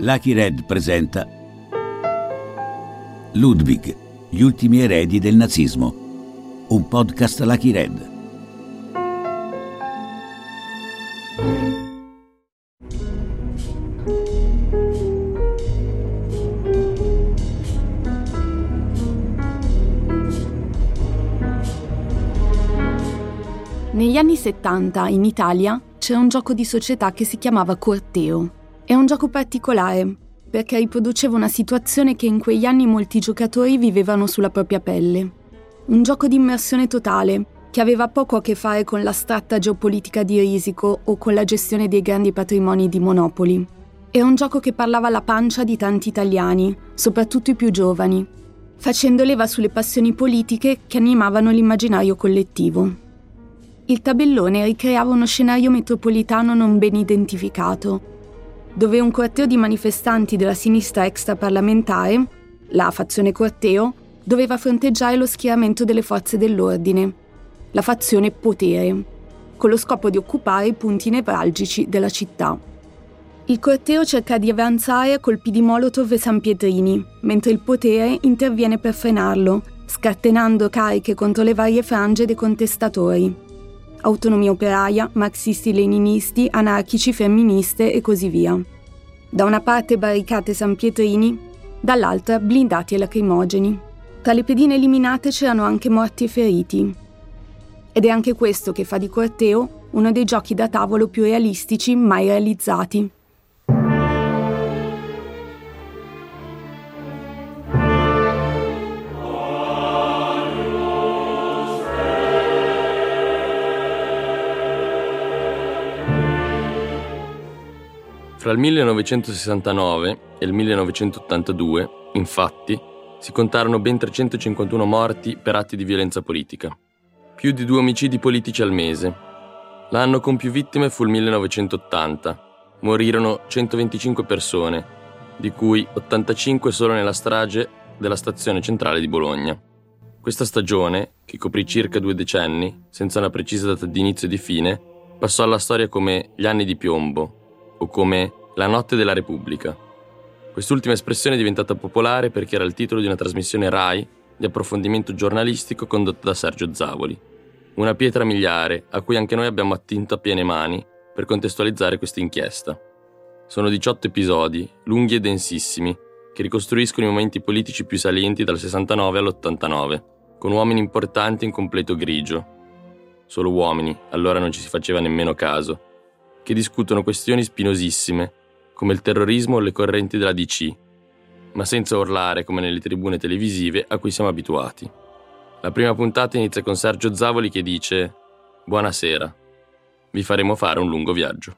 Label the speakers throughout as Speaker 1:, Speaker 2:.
Speaker 1: Lucky Red presenta Ludwig, gli ultimi eredi del nazismo, un podcast Lucky Red.
Speaker 2: Negli anni 70 in Italia c'era un gioco di società che si chiamava Corteo. È un gioco particolare perché riproduceva una situazione che in quegli anni molti giocatori vivevano sulla propria pelle. Un gioco di immersione totale che aveva poco a che fare con l'astratta geopolitica di Risico o con la gestione dei grandi patrimoni di Monopoli. Era un gioco che parlava alla pancia di tanti italiani, soprattutto i più giovani, facendo leva sulle passioni politiche che animavano l'immaginario collettivo. Il tabellone ricreava uno scenario metropolitano non ben identificato, dove un corteo di manifestanti della sinistra extraparlamentare, la fazione Corteo, doveva fronteggiare lo schieramento delle forze dell'ordine, la fazione Potere, con lo scopo di occupare i punti nevralgici della città. Il corteo cerca di avanzare a colpi di Molotov e Sanpietrini, mentre il Potere interviene per frenarlo, scatenando cariche contro le varie frange dei contestatori. Autonomia operaia, marxisti-leninisti, anarchici, femministe e così via. Da una parte barricate Sanpietrini, dall'altra blindati e lacrimogeni. Tra le pedine eliminate c'erano anche morti e feriti. Ed è anche questo che fa di Corteo uno dei giochi da tavolo più realistici mai realizzati.
Speaker 3: Fra il 1969 e il 1982, infatti, si contarono ben 351 morti per atti di violenza politica. Più di 2 omicidi politici al mese. L'anno con più vittime fu il 1980. Morirono 125 persone, di cui 85 solo nella strage della stazione centrale di Bologna. Questa stagione, che coprì circa 2 decenni, senza una precisa data di inizio e di fine, passò alla storia come gli anni di piombo, o come la notte della Repubblica. Quest'ultima espressione è diventata popolare perché era il titolo di una trasmissione Rai di approfondimento giornalistico condotta da Sergio Zavoli. Una pietra miliare a cui anche noi abbiamo attinto a piene mani per contestualizzare questa inchiesta. Sono 18 episodi, lunghi e densissimi, che ricostruiscono i momenti politici più salienti dal 69 all'89, con uomini importanti in completo grigio. Solo uomini, allora non ci si faceva nemmeno caso, che discutono questioni spinosissime, come il terrorismo o le correnti della DC, ma senza urlare come nelle tribune televisive a cui siamo abituati. La prima puntata inizia con Sergio Zavoli che dice: «Buonasera, vi faremo fare un lungo viaggio».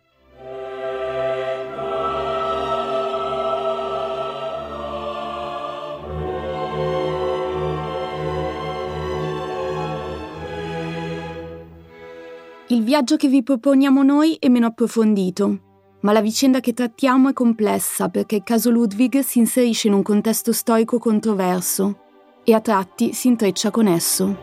Speaker 2: Il viaggio che vi proponiamo noi è meno approfondito, ma la vicenda che trattiamo è complessa perché il caso Ludwig si inserisce in un contesto storico controverso e a tratti si intreccia con esso.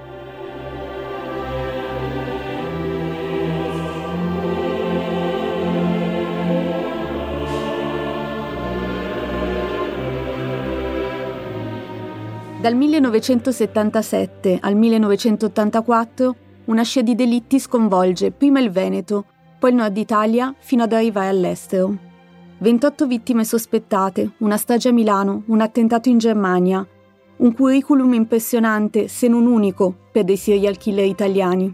Speaker 2: Dal 1977 al 1984 una scia di delitti sconvolge prima il Veneto, poi il Nord Italia, fino ad arrivare all'estero. 28 vittime sospettate, una strage a Milano, un attentato in Germania, un curriculum impressionante, se non unico, per dei serial killer italiani.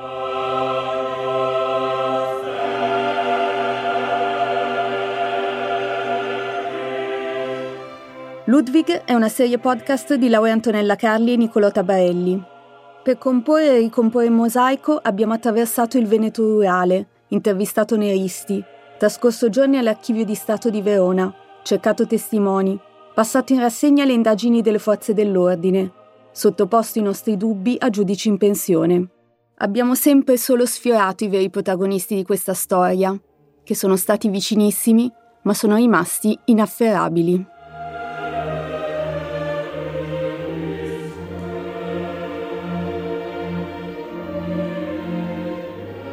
Speaker 2: Ludwig è una serie podcast di Laura Antonella Carli e Niccolò Tabarelli. Per comporre e ricomporre il mosaico abbiamo attraversato il Veneto rurale, intervistato neristi, trascorso giorni all'Archivio di Stato di Verona, cercato testimoni, passato in rassegna le indagini delle forze dell'ordine, sottoposto i nostri dubbi a giudici in pensione. Abbiamo sempre solo sfiorato i veri protagonisti di questa storia, che sono stati vicinissimi, ma sono rimasti inafferrabili.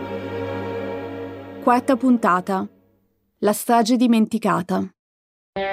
Speaker 2: Quarta puntata. La strage dimenticata.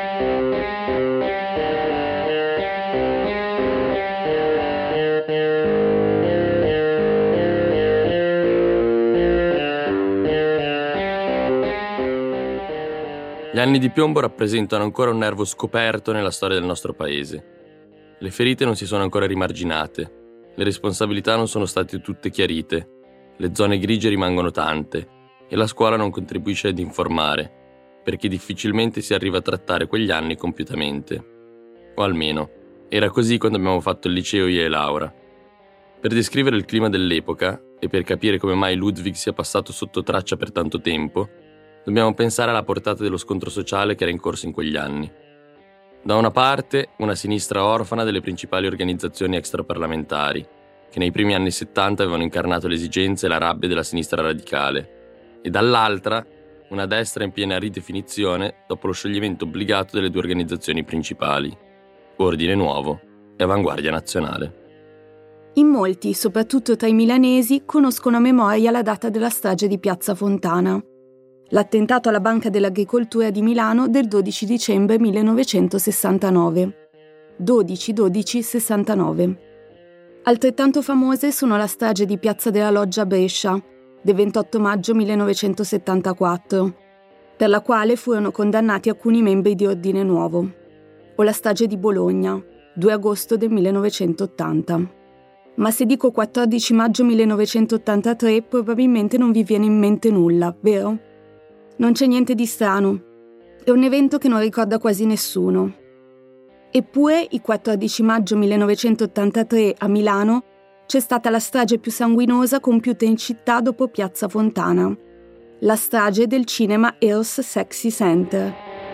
Speaker 3: Gli anni di piombo rappresentano ancora un nervo scoperto nella storia del nostro paese. Le ferite non si sono ancora rimarginate, le responsabilità non sono state tutte chiarite, le zone grigie rimangono tante e la scuola non contribuisce ad informare, perché difficilmente si arriva a trattare quegli anni compiutamente. O almeno, era così quando abbiamo fatto il liceo io e Laura. Per descrivere il clima dell'epoca e per capire come mai Ludwig sia passato sotto traccia per tanto tempo, dobbiamo pensare alla portata dello scontro sociale che era in corso in quegli anni. Da una parte, una sinistra orfana delle principali organizzazioni extraparlamentari, che nei primi anni 70 avevano incarnato le esigenze e la rabbia della sinistra radicale, e dall'altra, una destra in piena ridefinizione dopo lo scioglimento obbligato delle due organizzazioni principali, Ordine Nuovo e Avanguardia Nazionale.
Speaker 2: In molti, soprattutto tra i milanesi, conoscono a memoria la data della strage di Piazza Fontana, l'attentato alla Banca dell'Agricoltura di Milano del 12 dicembre 1969. 12-12-69. Altrettanto famose sono la strage di Piazza della Loggia a Brescia, del 28 maggio 1974, per la quale furono condannati alcuni membri di Ordine Nuovo, o la strage di Bologna, 2 agosto del 1980. Ma se dico 14 maggio 1983, probabilmente non vi viene in mente nulla, vero? Non c'è niente di strano. È un evento che non ricorda quasi nessuno. Eppure, il 14 maggio 1983 a Milano c'è stata la strage più sanguinosa compiuta in città dopo Piazza Fontana, la strage del cinema Eros Sexy Center.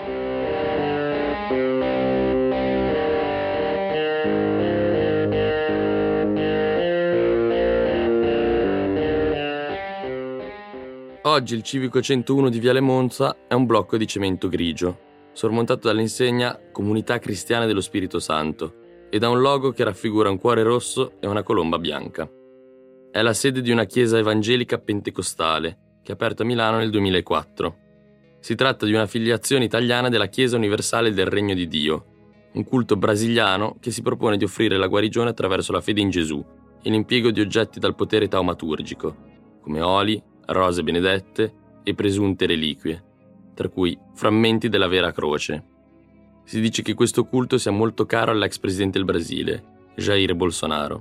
Speaker 3: Oggi il civico 101 di Viale Monza è un blocco di cemento grigio, sormontato dall'insegna Comunità Cristiana dello Spirito Santo e da un logo che raffigura un cuore rosso e una colomba bianca. È la sede di una chiesa evangelica pentecostale che ha aperto a Milano nel 2004. Si tratta di una filiazione italiana della Chiesa Universale del Regno di Dio, un culto brasiliano che si propone di offrire la guarigione attraverso la fede in Gesù e l'impiego di oggetti dal potere taumaturgico, come oli, rose benedette e presunte reliquie, tra cui frammenti della vera croce. Si dice che questo culto sia molto caro all'ex presidente del Brasile, Jair Bolsonaro.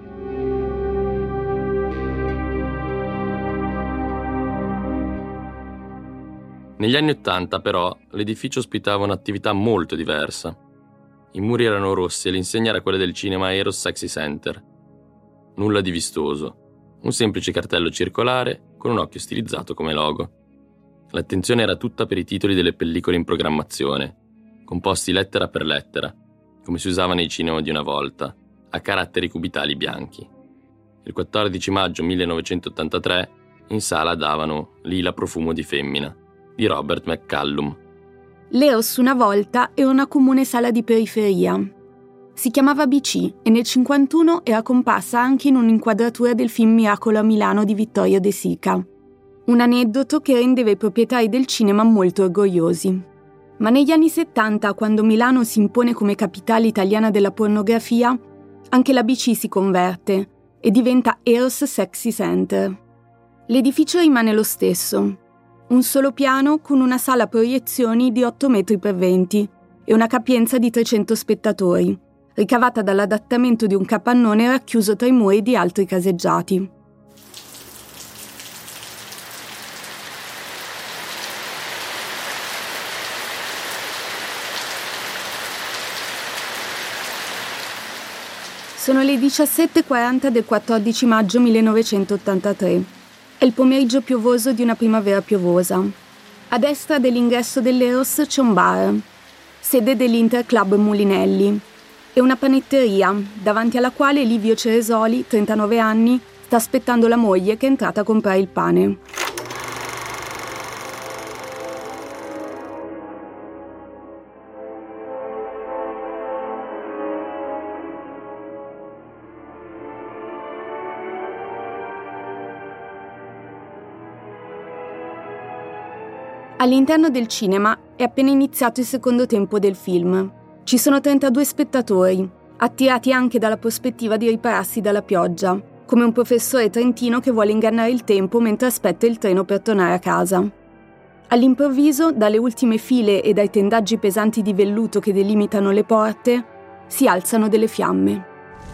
Speaker 3: Negli anni '80, però, l'edificio ospitava un'attività molto diversa. I muri erano rossi e l'insegna era quella del cinema Eros Sexy Center. Nulla di vistoso. Un semplice cartello circolare con un occhio stilizzato come logo. L'attenzione era tutta per i titoli delle pellicole in programmazione, composti lettera per lettera, come si usava nei cinema di una volta, a caratteri cubitali bianchi. Il 14 maggio 1983 in sala davano Lila profumo di femmina, di Robert McCallum.
Speaker 2: L'Eros una volta era una comune sala di periferia. Si chiamava BC e nel 1951 era comparsa anche in un'inquadratura del film Miracolo a Milano di Vittorio De Sica. Un aneddoto che rendeva i proprietari del cinema molto orgogliosi. Ma negli anni 70, quando Milano si impone come capitale italiana della pornografia, anche la BC si converte e diventa Eros Sexy Center. L'edificio rimane lo stesso. Un solo piano con una sala a proiezioni di 8 metri per 20 e una capienza di 300 spettatori, ricavata dall'adattamento di un capannone racchiuso tra i muri di altri caseggiati. Sono le 17:40 del 14 maggio 1983. È il pomeriggio piovoso di una primavera piovosa. A destra dell'ingresso dell'Eros c'è un bar, sede dell'Interclub Mulinelli, e una panetteria, davanti alla quale Livio Ceresoli, 39 anni, sta aspettando la moglie che è entrata a comprare il pane. All'interno del cinema è appena iniziato il secondo tempo del film. Ci sono 32 spettatori, attirati anche dalla prospettiva di ripararsi dalla pioggia, come un professore trentino che vuole ingannare il tempo mentre aspetta il treno per tornare a casa. All'improvviso, dalle ultime file e dai tendaggi pesanti di velluto che delimitano le porte, si alzano delle fiamme.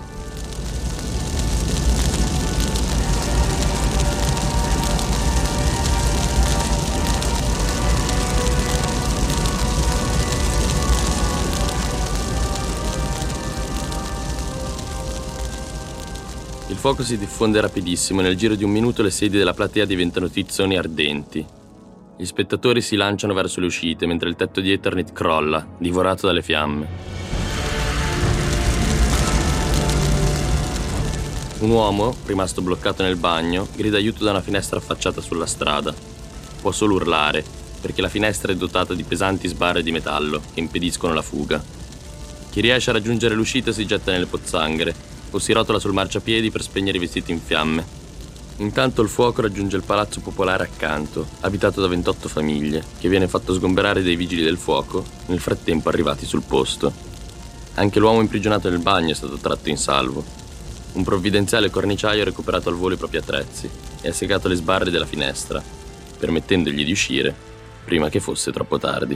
Speaker 3: Il fuoco si diffonde rapidissimo e nel giro di un minuto le sedie della platea diventano tizzoni ardenti. Gli spettatori si lanciano verso le uscite mentre il tetto di Eternit crolla, divorato dalle fiamme. Un uomo, rimasto bloccato nel bagno, grida aiuto da una finestra affacciata sulla strada. Può solo urlare, perché la finestra è dotata di pesanti sbarre di metallo che impediscono la fuga. Chi riesce a raggiungere l'uscita si getta nelle pozzanghere o si rotola sul marciapiedi per spegnere i vestiti in fiamme. Intanto il fuoco raggiunge il palazzo popolare accanto, abitato da 28 famiglie, che viene fatto sgomberare dai vigili del fuoco, nel frattempo arrivati sul posto. Anche l'uomo imprigionato nel bagno è stato tratto in salvo. Un provvidenziale corniciaio ha recuperato al volo i propri attrezzi e ha segato le sbarre della finestra, permettendogli di uscire prima che fosse troppo tardi.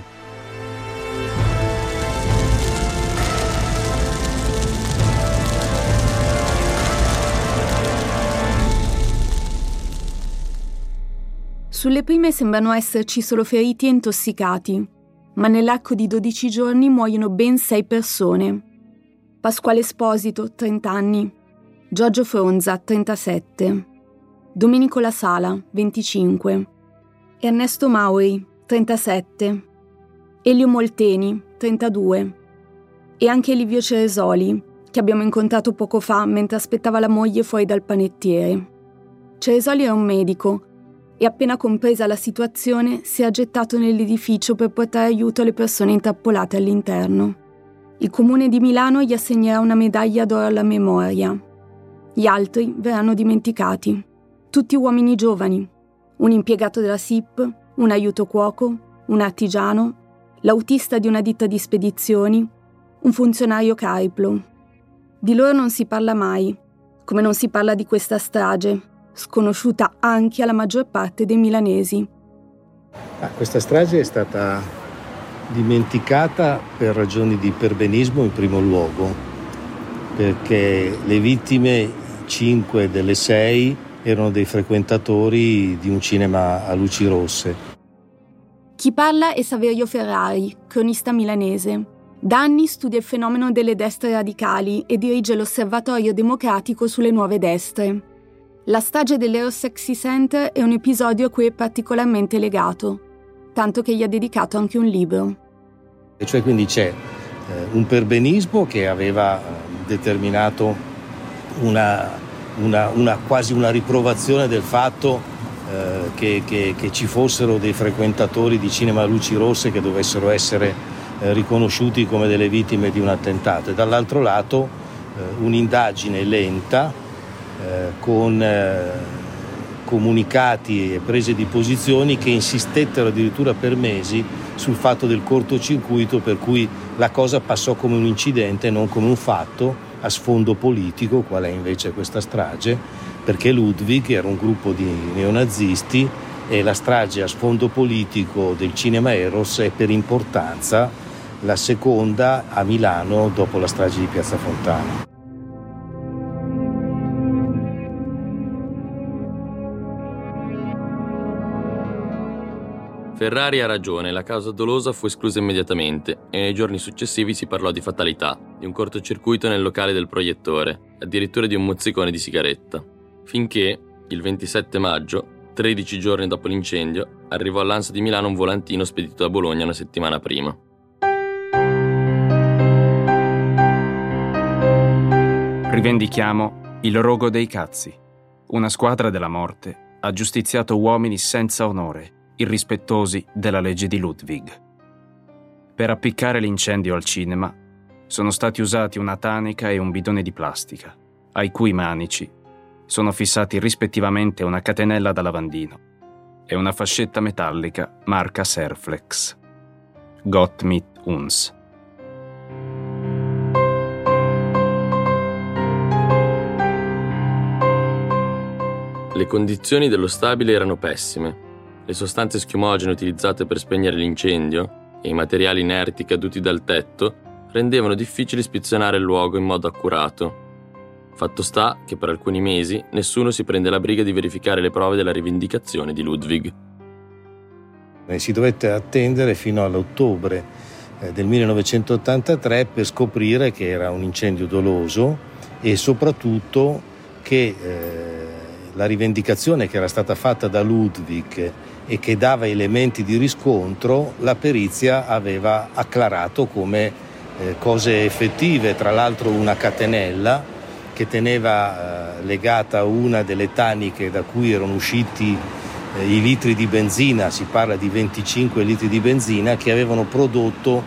Speaker 2: Sulle prime sembrano esserci solo feriti e intossicati, ma nell'arco di 12 giorni muoiono ben 6 persone. Pasquale Esposito, 30 anni, Giorgio Fronza, 37, Domenico La Sala, 25, Ernesto Mauri, 37, Elio Molteni, 32, e anche Livio Ceresoli, che abbiamo incontrato poco fa mentre aspettava la moglie fuori dal panettiere. Ceresoli è un medico e appena compresa la situazione si è gettato nell'edificio per portare aiuto alle persone intrappolate all'interno. Il Comune di Milano gli assegnerà una medaglia d'oro alla memoria. Gli altri verranno dimenticati. Tutti uomini giovani, un impiegato della SIP, un aiuto cuoco, un artigiano, l'autista di una ditta di spedizioni, un funzionario Cariplo. Di loro non si parla mai, come non si parla di questa strage, sconosciuta anche alla maggior parte dei milanesi.
Speaker 4: Questa strage è stata dimenticata per ragioni di perbenismo in primo luogo, perché le vittime, 5 delle 6, erano dei frequentatori di un cinema a luci rosse.
Speaker 2: Chi parla è Saverio Ferrari, cronista milanese. Da anni studia il fenomeno delle destre radicali e dirige l'Osservatorio Democratico sulle nuove destre. La strage dell'Eurosexy Center è un episodio a cui è particolarmente legato, tanto che gli ha dedicato anche un libro.
Speaker 4: E cioè quindi c'è un perbenismo che aveva determinato quasi una riprovazione del fatto che ci fossero dei frequentatori di cinema a luci rosse che dovessero essere riconosciuti come delle vittime di un attentato, e dall'altro lato un'indagine lenta con comunicati e prese di posizioni che insistettero addirittura per mesi sul fatto del cortocircuito, per cui la cosa passò come un incidente e non come un fatto a sfondo politico, qual è invece questa strage, perché Ludwig era un gruppo di neonazisti e la strage a sfondo politico del cinema Eros è per importanza la seconda a Milano dopo la strage di Piazza Fontana.
Speaker 3: Ferrari ha ragione, la causa dolosa fu esclusa immediatamente e nei giorni successivi si parlò di fatalità, di un cortocircuito nel locale del proiettore, addirittura di un mozzicone di sigaretta. Finché, il 27 maggio, 13 giorni dopo l'incendio, arrivò all'Ansa di Milano un volantino spedito da Bologna una settimana prima.
Speaker 5: Rivendichiamo il rogo dei cazzi. Una squadra della morte ha giustiziato uomini senza onore, irrispettosi della legge di Ludwig. Per appiccare l'incendio al cinema sono stati usati una tanica e un bidone di plastica, ai cui manici sono fissati rispettivamente una catenella da lavandino e una fascetta metallica marca Serflex. Gott mit uns.
Speaker 3: Le condizioni dello stabile erano pessime. Le sostanze schiumogene utilizzate per spegnere l'incendio e i materiali inerti caduti dal tetto rendevano difficile ispezionare il luogo in modo accurato. Fatto sta che per alcuni mesi nessuno si prende la briga di verificare le prove della rivendicazione di Ludwig.
Speaker 4: Si dovette attendere fino all'ottobre del 1983 per scoprire che era un incendio doloso e soprattutto che la rivendicazione che era stata fatta da Ludwig e che dava elementi di riscontro, la perizia aveva acclarato come cose effettive, tra l'altro una catenella che teneva legata una delle taniche da cui erano usciti i litri di benzina, si parla di 25 litri di benzina, che avevano prodotto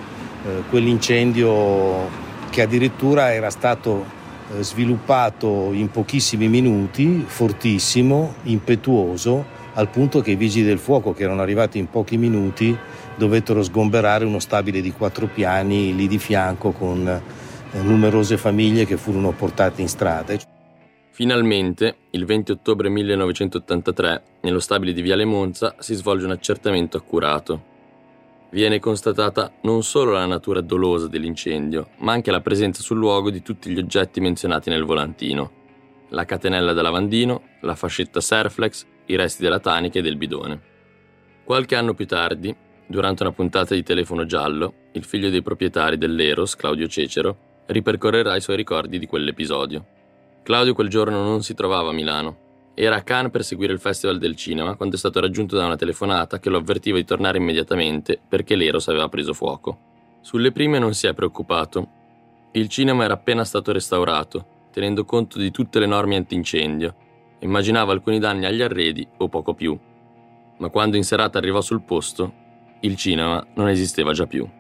Speaker 4: quell'incendio che addirittura era stato sviluppato in pochissimi minuti, fortissimo, impetuoso, al punto che i vigili del fuoco, che erano arrivati in pochi minuti, dovettero sgomberare uno stabile di 4 piani lì di fianco con numerose famiglie che furono portate in strada.
Speaker 3: Finalmente, il 20 ottobre 1983, nello stabile di Viale Monza si svolge un accertamento accurato. Viene constatata non solo la natura dolosa dell'incendio, ma anche la presenza sul luogo di tutti gli oggetti menzionati nel volantino: la catenella da lavandino, la fascetta Serflex, i resti della tanica e del bidone. Qualche anno più tardi, durante una puntata di Telefono Giallo, il figlio dei proprietari dell'Eros, Claudio Cecero, ripercorrerà i suoi ricordi di quell'episodio. Claudio quel giorno non si trovava a Milano. Era a Cannes per seguire il Festival del Cinema quando è stato raggiunto da una telefonata che lo avvertiva di tornare immediatamente perché l'Eros aveva preso fuoco. Sulle prime non si è preoccupato. Il cinema era appena stato restaurato, tenendo conto di tutte le norme antincendio. Immaginava alcuni danni agli arredi o poco più. Ma quando in serata arrivò sul posto, il cinema non esisteva già più.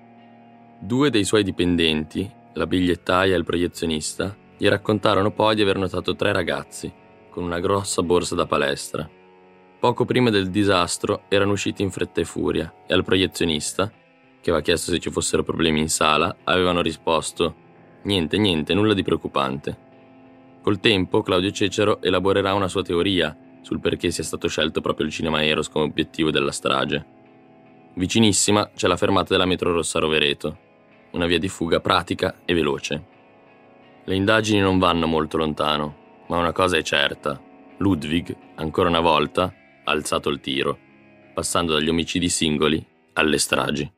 Speaker 3: 2 dei suoi dipendenti, la bigliettaia e il proiezionista, gli raccontarono poi di aver notato 3 ragazzi con una grossa borsa da palestra. Poco prima del disastro erano usciti in fretta e furia e al proiezionista, che aveva chiesto se ci fossero problemi in sala, avevano risposto: niente, nulla di preoccupante. Col tempo Claudio Cecero elaborerà una sua teoria sul perché sia stato scelto proprio il cinema Eros come obiettivo della strage. Vicinissima c'è la fermata della metro rossa Rovereto, una via di fuga pratica e veloce. Le indagini non vanno molto lontano, ma una cosa è certa: Ludwig, ancora una volta, ha alzato il tiro, passando dagli omicidi singoli alle stragi.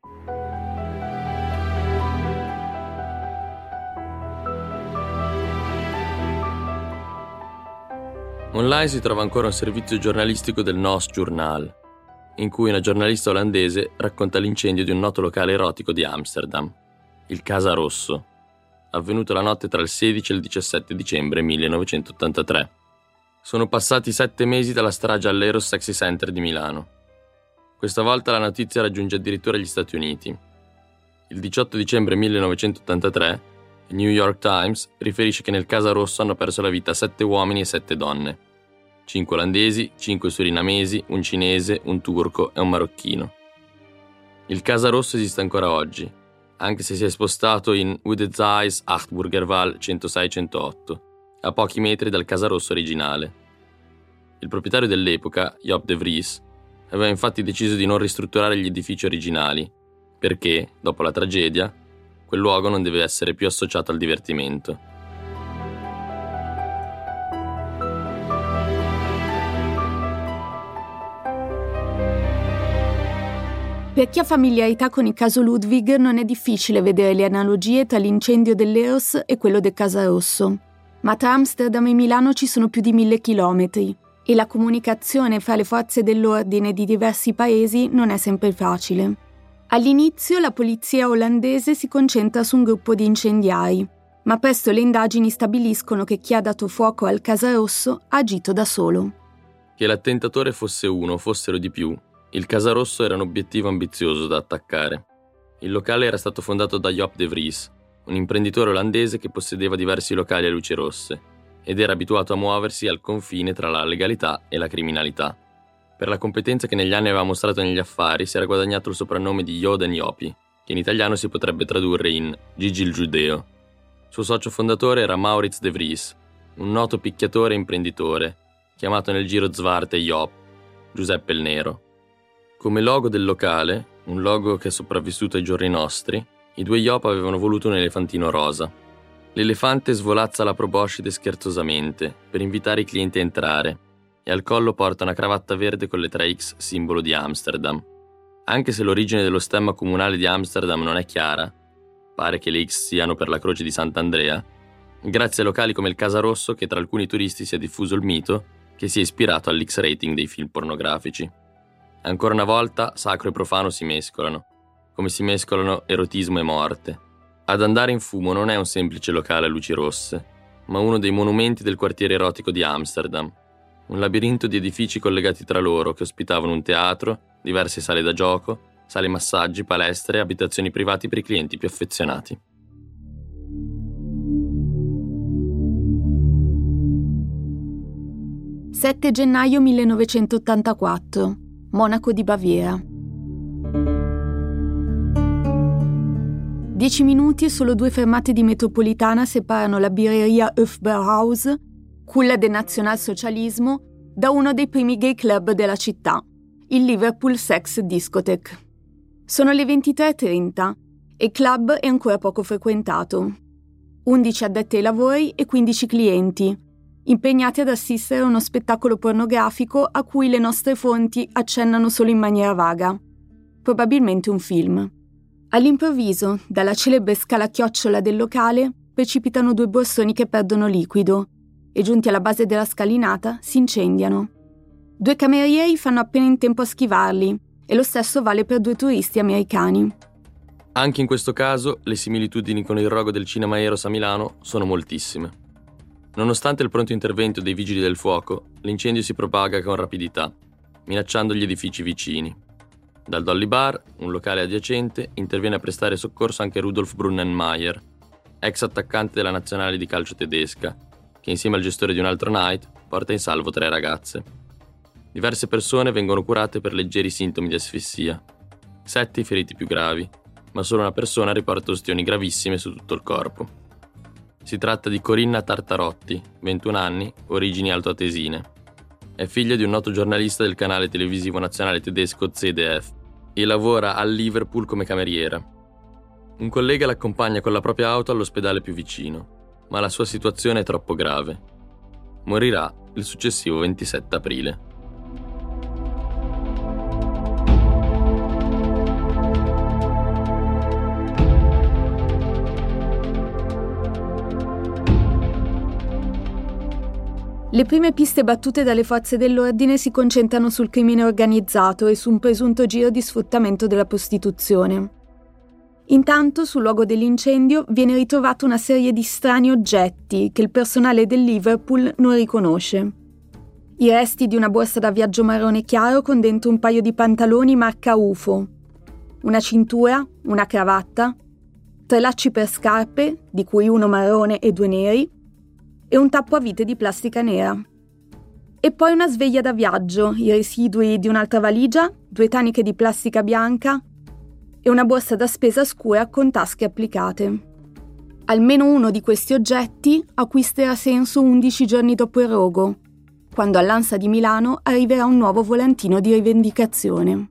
Speaker 3: Online si trova ancora un servizio giornalistico del Nos Journal, in cui una giornalista olandese racconta l'incendio di un noto locale erotico di Amsterdam, il Casa Rosso, avvenuto la notte tra il 16 e il 17 dicembre 1983. Sono passati 7 mesi dalla strage all'Eros Sexy Center di Milano. Questa volta la notizia raggiunge addirittura gli Stati Uniti. Il 18 dicembre 1983, il New York Times riferisce che nel Casa Rosso hanno perso la vita 7 uomini e 7 donne. 5 olandesi, 5 surinamesi, un cinese, un turco e un marocchino. Il Casa Rosso esiste ancora oggi, anche se si è spostato in Udezais Achtburgerwal 106-108, a pochi metri dal Casa Rosso originale. Il proprietario dell'epoca, Joop de Vries, aveva infatti deciso di non ristrutturare gli edifici originali, perché, dopo la tragedia, quel luogo non deve essere più associato al divertimento.
Speaker 2: Per chi ha familiarità con il caso Ludwig non è difficile vedere le analogie tra l'incendio dell'Eros e quello del Casa Rosso. Ma tra Amsterdam e Milano ci sono più di 1000 chilometri e la comunicazione fra le forze dell'ordine di diversi paesi non è sempre facile. All'inizio la polizia olandese si concentra su un gruppo di incendiari, ma presto le indagini stabiliscono che chi ha dato fuoco al Casa Rosso ha agito da solo.
Speaker 3: Che l'attentatore fosse uno o fossero di più, il Casa Rosso era un obiettivo ambizioso da attaccare. Il locale era stato fondato da Joop de Vries, un imprenditore olandese che possedeva diversi locali a luci rosse ed era abituato a muoversi al confine tra la legalità e la criminalità. Per la competenza che negli anni aveva mostrato negli affari si era guadagnato il soprannome di Joden Jopi, che in italiano si potrebbe tradurre in Gigi il Giudeo. Suo socio fondatore era Maurits de Vries, un noto picchiatore e imprenditore, chiamato nel giro Zwarte Joop, Giuseppe il Nero. Come logo del locale, un logo che è sopravvissuto ai giorni nostri, i due Yop avevano voluto un elefantino rosa. L'elefante svolazza la proboscide scherzosamente per invitare i clienti a entrare e al collo porta una cravatta verde con le 3X, simbolo di Amsterdam. Anche se l'origine dello stemma comunale di Amsterdam non è chiara, pare che le X siano per la croce di Sant'Andrea, grazie a locali come il Casa Rosso che tra alcuni turisti si è diffuso il mito che sia ispirato all'X-rating dei film pornografici. Ancora una volta, sacro e profano si mescolano, come si mescolano erotismo e morte. Ad Andare in Fumo non è un semplice locale a luci rosse, ma uno dei monumenti del quartiere erotico di Amsterdam, un labirinto di edifici collegati tra loro che ospitavano un teatro, diverse sale da gioco, sale massaggi, palestre e abitazioni private per i clienti più affezionati.
Speaker 2: «7 gennaio 1984, Monaco di Baviera. 10 minuti e solo 2 fermate di metropolitana separano la birreria Hofbräuhaus, culla del nazionalsocialismo, da uno dei primi gay club della città, il Liverpool Sex Discotheque. Sono le 23:30 e il club è ancora poco frequentato. 11 addetti ai lavori e 15 clienti, impegnati ad assistere a uno spettacolo pornografico a cui le nostre fonti accennano solo in maniera vaga. Probabilmente un film. All'improvviso, dalla celebre scala a chiocciola del locale, precipitano 2 borsoni che perdono liquido e, giunti alla base della scalinata, si incendiano. 2 camerieri fanno appena in tempo a schivarli e lo stesso vale per 2 turisti americani.
Speaker 3: Anche in questo caso, le similitudini con il rogo del Cinema Eros a Milano sono moltissime. Nonostante il pronto intervento dei vigili del fuoco, l'incendio si propaga con rapidità, minacciando gli edifici vicini. Dal Dolly Bar, un locale adiacente, interviene a prestare soccorso anche Rudolf Brunnenmeier, ex attaccante della nazionale di calcio tedesca, che insieme al gestore di un altro night porta in salvo 3 ragazze. Diverse persone vengono curate per leggeri sintomi di asfissia, 7 i feriti più gravi, ma solo una persona riporta ustioni gravissime su tutto il corpo. Si tratta di Corinna Tartarotti, 21 anni, origini altoatesine. È figlia di un noto giornalista del canale televisivo nazionale tedesco ZDF e lavora al Liverpool come cameriera. Un collega l'accompagna con la propria auto all'ospedale più vicino, ma la sua situazione è troppo grave. Morirà il successivo 27 aprile.
Speaker 2: Le prime piste battute dalle forze dell'ordine si concentrano sul crimine organizzato e su un presunto giro di sfruttamento della prostituzione. Intanto, sul luogo dell'incendio viene ritrovata una serie di strani oggetti che il personale del Liverpool non riconosce. I resti di una borsa da viaggio marrone chiaro con dentro un paio di pantaloni marca UFO, una cintura, una cravatta, 3 lacci per scarpe, di cui uno marrone e 2 neri, e un tappo a vite di plastica nera. E poi una sveglia da viaggio, i residui di un'altra valigia, 2 taniche di plastica bianca e una borsa da spesa scura con tasche applicate. Almeno uno di questi oggetti acquisterà senso 11 giorni dopo il rogo, quando all'Ansa di Milano arriverà un nuovo volantino di rivendicazione.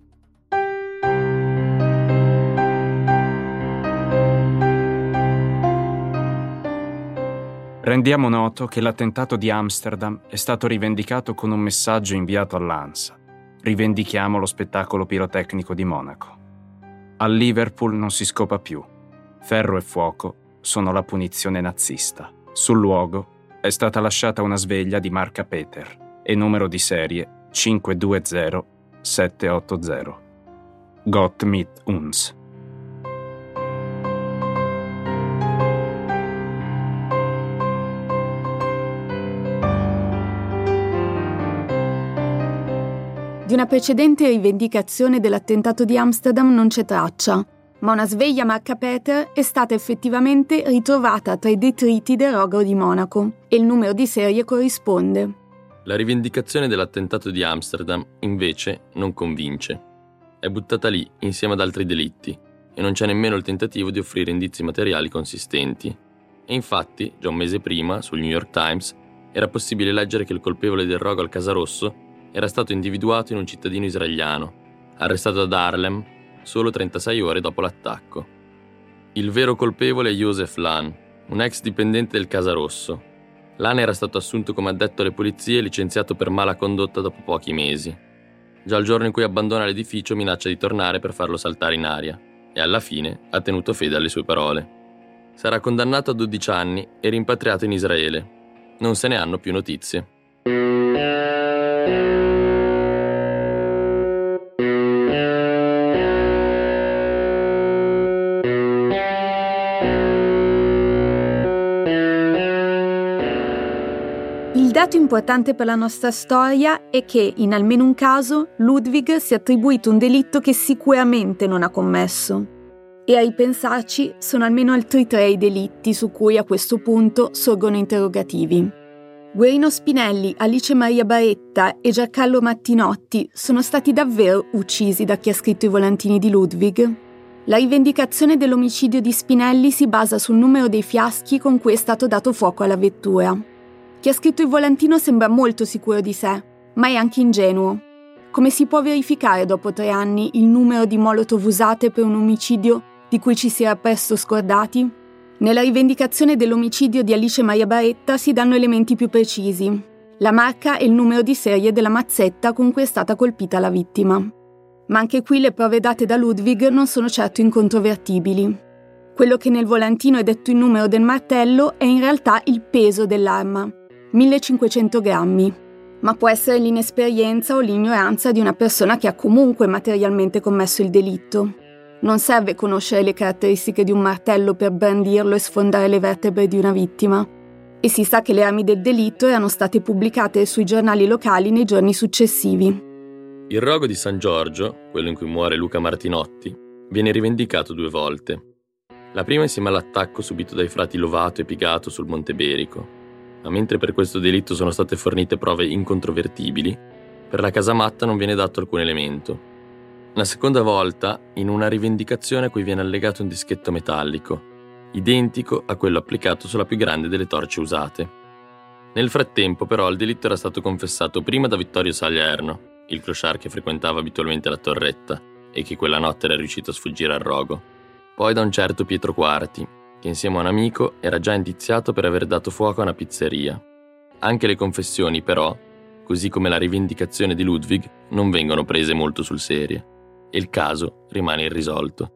Speaker 5: Rendiamo noto che l'attentato di Amsterdam è stato rivendicato con un messaggio inviato all'ANSA. Rivendichiamo lo spettacolo pirotecnico di Monaco. Al Liverpool non si scopa più. Ferro e fuoco sono la punizione nazista. Sul luogo è stata lasciata una sveglia di marca Peter e numero di serie 520780. Gott mit uns.
Speaker 2: Di una precedente rivendicazione dell'attentato di Amsterdam non c'è traccia, ma una sveglia marca Peter è stata effettivamente ritrovata tra i detriti del rogo di Monaco e il numero di serie corrisponde.
Speaker 3: La rivendicazione dell'attentato di Amsterdam, invece, non convince. È buttata lì insieme ad altri delitti e non c'è nemmeno il tentativo di offrire indizi materiali consistenti. E infatti, già un mese prima, sul New York Times, era possibile leggere che il colpevole del rogo al Casa Rosso era stato individuato in un cittadino israeliano, arrestato ad Haarlem solo 36 ore dopo l'attacco. Il vero colpevole è Josef Lahn, un ex dipendente del Casa Rosso. Lahn era stato assunto come addetto alle pulizie e licenziato per mala condotta dopo pochi mesi. Già il giorno in cui abbandona l'edificio minaccia di tornare per farlo saltare in aria e alla fine ha tenuto fede alle sue parole. Sarà condannato a 12 anni e rimpatriato in Israele. Non se ne hanno più notizie.
Speaker 2: Il dato importante per la nostra storia è che, in almeno un caso, Ludwig si è attribuito un delitto che sicuramente non ha commesso. E a ripensarci, sono almeno altri 3 i delitti su cui a questo punto sorgono interrogativi. Guerino Spinelli, Alice Maria Baretta e Giancarlo Mattinotti sono stati davvero uccisi da chi ha scritto i volantini di Ludwig? La rivendicazione dell'omicidio di Spinelli si basa sul numero dei fiaschi con cui è stato dato fuoco alla vettura. Chi ha scritto il volantino sembra molto sicuro di sé, ma è anche ingenuo. Come si può verificare dopo 3 anni il numero di molotov usate per un omicidio di cui ci si era presto scordati? Nella rivendicazione dell'omicidio di Alice Maria Baretta si danno elementi più precisi: la marca e il numero di serie della mazzetta con cui è stata colpita la vittima. Ma anche qui le prove date da Ludwig non sono certo incontrovertibili. Quello che nel volantino è detto il numero del martello è in realtà il peso dell'arma, 1500 grammi. Ma può essere l'inesperienza o l'ignoranza di una persona che ha comunque materialmente commesso il delitto. Non serve conoscere le caratteristiche di un martello per brandirlo e sfondare le vertebre di una vittima. E si sa che le armi del delitto erano state pubblicate sui giornali locali nei giorni successivi.
Speaker 3: Il rogo di San Giorgio, quello in cui muore Luca Martinotti, viene rivendicato 2 volte. La prima insieme all'attacco subito dai frati Lovato e Pigato sul Monte Berico. Ma mentre per questo delitto sono state fornite prove incontrovertibili, per la casamatta non viene dato alcun elemento. La seconda volta in una rivendicazione a cui viene allegato un dischetto metallico, identico a quello applicato sulla più grande delle torce usate. Nel frattempo però il delitto era stato confessato prima da Vittorio Salerno, il clochard che frequentava abitualmente la torretta e che quella notte era riuscito a sfuggire al rogo, poi da un certo Pietro Quarti, che insieme a un amico era già indiziato per aver dato fuoco a una pizzeria. Anche le confessioni però, così come la rivendicazione di Ludwig, non vengono prese molto sul serio. E il caso rimane irrisolto.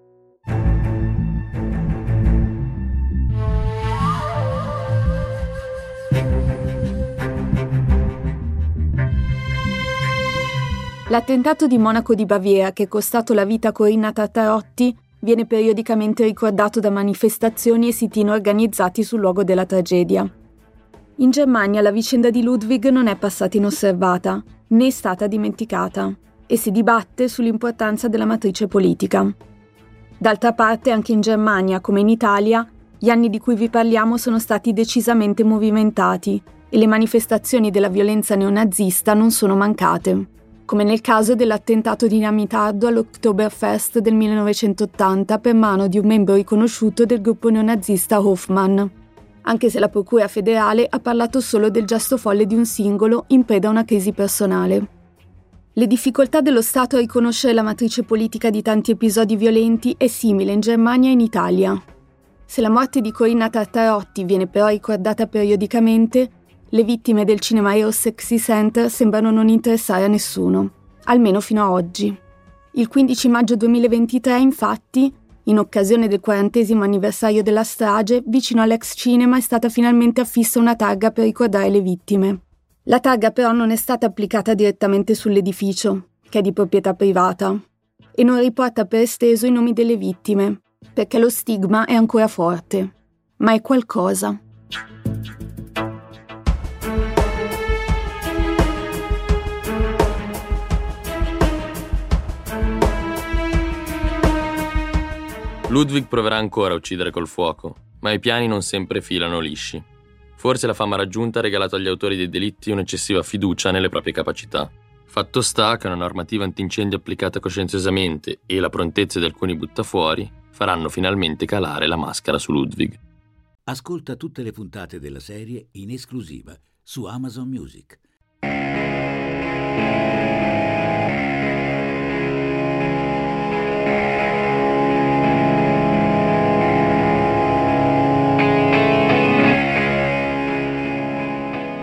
Speaker 2: L'attentato di Monaco di Baviera, che è costato la vita a Corinna Tartarotti, viene periodicamente ricordato da manifestazioni e sit-in organizzati sul luogo della tragedia. In Germania la vicenda di Ludwig non è passata inosservata, né è stata dimenticata, e si dibatte sull'importanza della matrice politica. D'altra parte, anche in Germania, come in Italia, gli anni di cui vi parliamo sono stati decisamente movimentati e le manifestazioni della violenza neonazista non sono mancate, come nel caso dell'attentato dinamitardo all'Oktoberfest del 1980 per mano di un membro riconosciuto del gruppo neonazista Hoffmann, anche se la Procura federale ha parlato solo del gesto folle di un singolo in preda a una crisi personale. Le difficoltà dello Stato a riconoscere la matrice politica di tanti episodi violenti è simile in Germania e in Italia. Se la morte di Corinna Tartarotti viene però ricordata periodicamente, le vittime del Cinema Heroes Sexy Center sembrano non interessare a nessuno, almeno fino a oggi. Il 15 maggio 2023, infatti, in occasione del 40° anniversario della strage, vicino all'ex cinema è stata finalmente affissa una targa per ricordare le vittime. La targa però non è stata applicata direttamente sull'edificio, che è di proprietà privata, e non riporta per esteso i nomi delle vittime, perché lo stigma è ancora forte, ma è qualcosa.
Speaker 3: Ludwig proverà ancora a uccidere col fuoco, ma i piani non sempre filano lisci. Forse la fama raggiunta ha regalato agli autori dei delitti un'eccessiva fiducia nelle proprie capacità. Fatto sta che una normativa antincendio applicata coscienziosamente e la prontezza di alcuni buttafuori faranno finalmente calare la maschera su Ludwig.
Speaker 1: Ascolta tutte le puntate della serie in esclusiva su Amazon Music.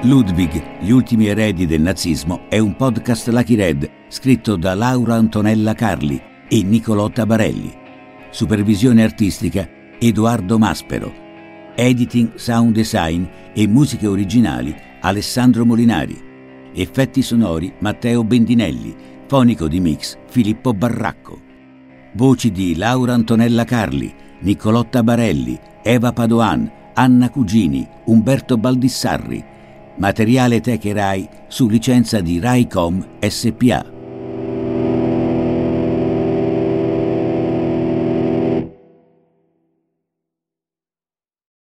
Speaker 1: Ludwig, gli ultimi eredi del nazismo è un podcast Lucky Red scritto da Laura Antonella Carli e Niccolò Tabarelli. Supervisione artistica Edoardo Maspero. Editing, sound design e musiche originali Alessandro Molinari. Effetti sonori Matteo Bendinelli. Fonico di mix Filippo Barracco. Voci di Laura Antonella Carli, Niccolò Tabarelli, Eva Padoan, Anna Cugini, Umberto Baldissarri. Materiale Tech e Rai su licenza di Raicom SPA.